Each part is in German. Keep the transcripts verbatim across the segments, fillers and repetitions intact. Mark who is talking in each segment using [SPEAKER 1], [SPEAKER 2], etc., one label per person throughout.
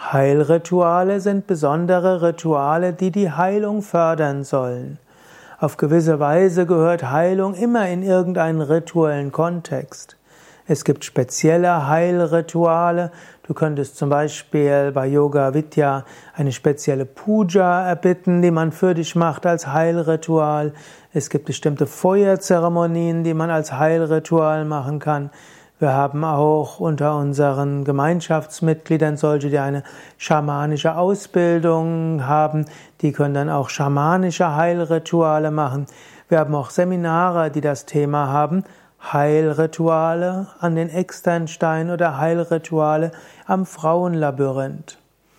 [SPEAKER 1] Heilrituale sind besondere Rituale, die die Heilung fördern sollen. Auf gewisse Weise gehört Heilung immer in irgendeinen rituellen Kontext. Es gibt spezielle Heilrituale. Du könntest zum Beispiel bei Yoga Vidya eine spezielle Puja erbitten, die man für dich macht als Heilritual. Es gibt bestimmte Feuerzeremonien, die man als Heilritual machen kann. Wir haben auch unter unseren Gemeinschaftsmitgliedern solche, die eine schamanische Ausbildung haben. Die können dann auch schamanische Heilrituale machen. Wir haben auch Seminare, die das Thema haben. Heilrituale an den Externstein oder Heilrituale am Frauenlabyrinth.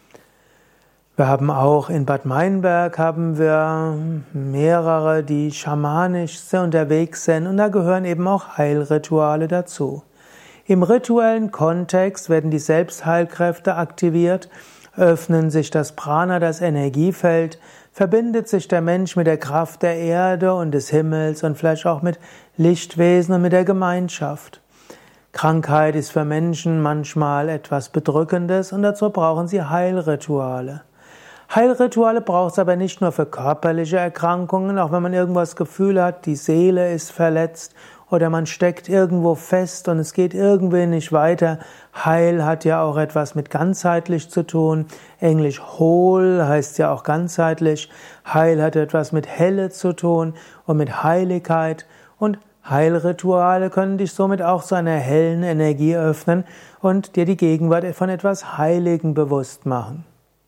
[SPEAKER 1] Wir haben auch in Bad Meinberg haben wir mehrere, die schamanisch unterwegs sind, und da gehören eben auch Heilrituale dazu. Im rituellen Kontext werden die Selbstheilkräfte aktiviert, öffnen sich das Prana, das Energiefeld, verbindet sich der Mensch mit der Kraft der Erde und des Himmels und vielleicht auch mit Lichtwesen und mit der Gemeinschaft. Krankheit ist für Menschen manchmal etwas Bedrückendes und dazu brauchen sie Heilrituale. Heilrituale braucht es aber nicht nur für körperliche Erkrankungen, auch wenn man irgendwas Gefühl hat, die Seele ist verletzt oder man steckt irgendwo fest und es geht irgendwie nicht weiter. Heil hat ja auch etwas mit ganzheitlich zu tun. Englisch whole heißt ja auch ganzheitlich. Heil hat etwas mit Helle zu tun und mit Heiligkeit. Und Heilrituale können dich somit auch zu einer hellen Energie öffnen und dir die Gegenwart von etwas Heiligen bewusst machen.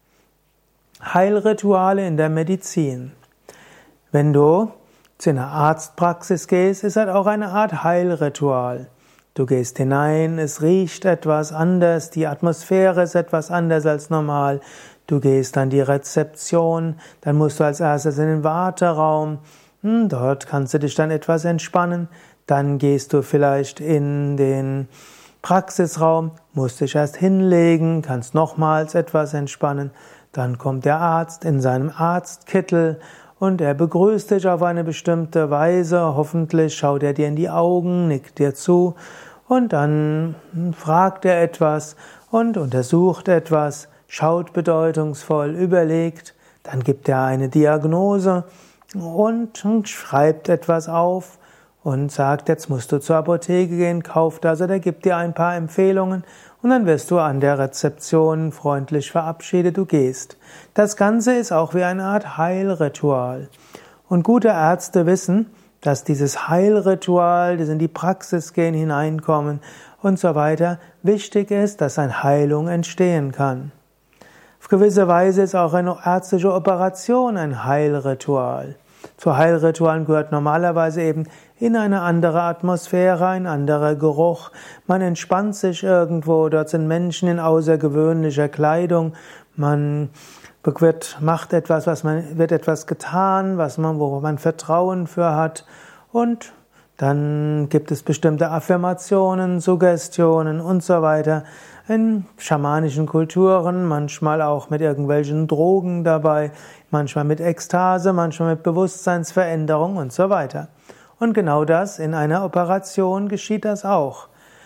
[SPEAKER 1] Heilrituale in der Medizin. Wenn du zu einer Arztpraxis gehst, ist halt auch eine Art Heilritual. Du gehst hinein, es riecht etwas anders, die Atmosphäre ist etwas anders als normal. Du gehst an die Rezeption, dann musst du als erstes in den Warteraum. Dort kannst du dich dann etwas entspannen. Dann gehst du vielleicht in den Praxisraum, musst dich erst hinlegen, kannst nochmals etwas entspannen. Dann kommt der Arzt in seinem Arztkittel und er begrüßt dich auf eine bestimmte Weise. Hoffentlich schaut er dir in die Augen, nickt dir zu und dann fragt er etwas und untersucht etwas, schaut bedeutungsvoll, überlegt. Dann gibt er eine Diagnose und schreibt etwas auf und sagt, jetzt musst du zur Apotheke gehen, kauf das, oder gibt dir ein paar Empfehlungen und dann wirst du an der Rezeption freundlich verabschiedet, du gehst. Das Ganze ist auch wie eine Art Heilritual. Und gute Ärzte wissen, dass dieses Heilritual, das in die Praxis gehen, hineinkommen und so weiter, wichtig ist, dass eine Heilung entstehen kann. Auf gewisse Weise ist auch eine ärztliche Operation ein Heilritual. Zu Heilritualen gehört normalerweise eben in eine andere Atmosphäre, ein anderer Geruch. Man entspannt sich irgendwo, dort sind Menschen in außergewöhnlicher Kleidung. Man wird, macht etwas, was man, wird etwas getan, was man, wo man Vertrauen für hat. Und dann gibt es bestimmte Affirmationen, Suggestionen und so weiter. In schamanischen Kulturen, manchmal auch mit irgendwelchen Drogen dabei, manchmal mit Ekstase, manchmal mit Bewusstseinsveränderung und so weiter. Und genau das, in einer Operation geschieht das auch.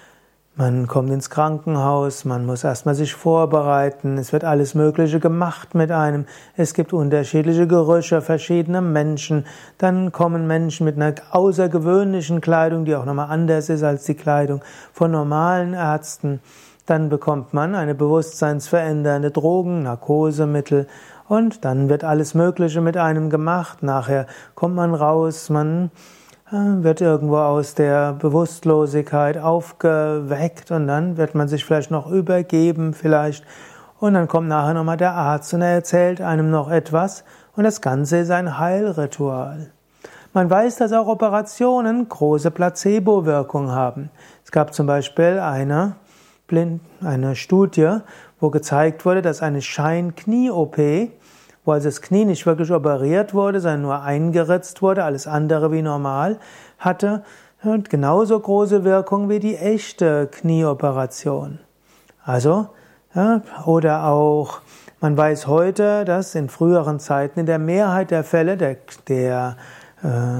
[SPEAKER 1] Man kommt ins Krankenhaus, man muss erstmal sich vorbereiten, es wird alles Mögliche gemacht mit einem, es gibt unterschiedliche Gerüche, verschiedene Menschen, dann kommen Menschen mit einer außergewöhnlichen Kleidung, die auch nochmal anders ist als die Kleidung von normalen Ärzten. Dann bekommt man eine bewusstseinsverändernde Drogen, Narkosemittel und dann wird alles Mögliche mit einem gemacht. Nachher kommt man raus, man wird irgendwo aus der Bewusstlosigkeit aufgeweckt und dann wird man sich vielleicht noch übergeben vielleicht und dann kommt nachher nochmal der Arzt und er erzählt einem noch etwas und das Ganze ist ein Heilritual. Man weiß, dass auch Operationen große Placebo-Wirkung haben. Es gab zum Beispiel eine, eine Studie, wo gezeigt wurde, dass eine Scheinknie-O P, wo also das Knie nicht wirklich operiert wurde, sondern nur eingeritzt wurde, alles andere wie normal, hatte und genauso große Wirkung wie die echte Knieoperation. Also, ja, oder auch, man weiß heute, dass in früheren Zeiten in der Mehrheit der Fälle der, der äh,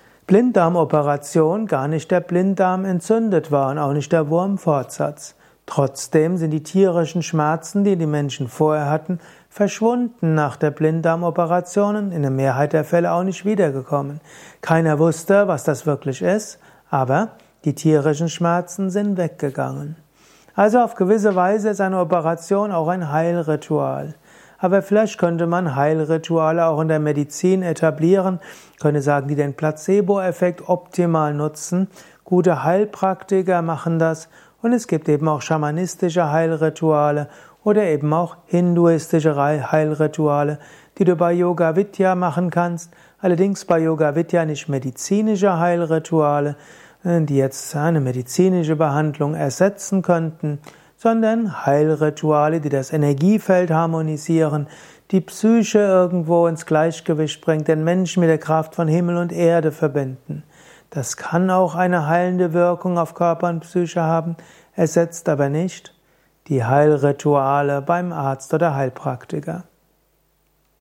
[SPEAKER 1] Blinddarmoperation gar nicht der Blinddarm entzündet war und auch nicht der Wurmfortsatz. Trotzdem sind die tierischen Schmerzen, die die Menschen vorher hatten, verschwunden nach der Blinddarmoperation und in der Mehrheit der Fälle auch nicht wiedergekommen. Keiner wusste, was das wirklich ist, aber die tierischen Schmerzen sind weggegangen. Also auf gewisse Weise ist eine Operation auch ein Heilritual. Aber vielleicht könnte man Heilrituale auch in der Medizin etablieren, könnte sagen, die den Placebo-Effekt optimal nutzen. Gute Heilpraktiker machen das und es gibt eben auch schamanistische Heilrituale oder eben auch hinduistische Heilrituale, die du bei Yoga Vidya machen kannst. Allerdings bei Yoga Vidya nicht medizinische Heilrituale, die jetzt eine medizinische Behandlung ersetzen könnten, sondern Heilrituale, die das Energiefeld harmonisieren, die Psyche irgendwo ins Gleichgewicht bringt, den Menschen mit der Kraft von Himmel und Erde verbinden. Das kann auch eine heilende Wirkung auf Körper und Psyche haben, ersetzt aber nicht die Heilrituale beim Arzt oder Heilpraktiker.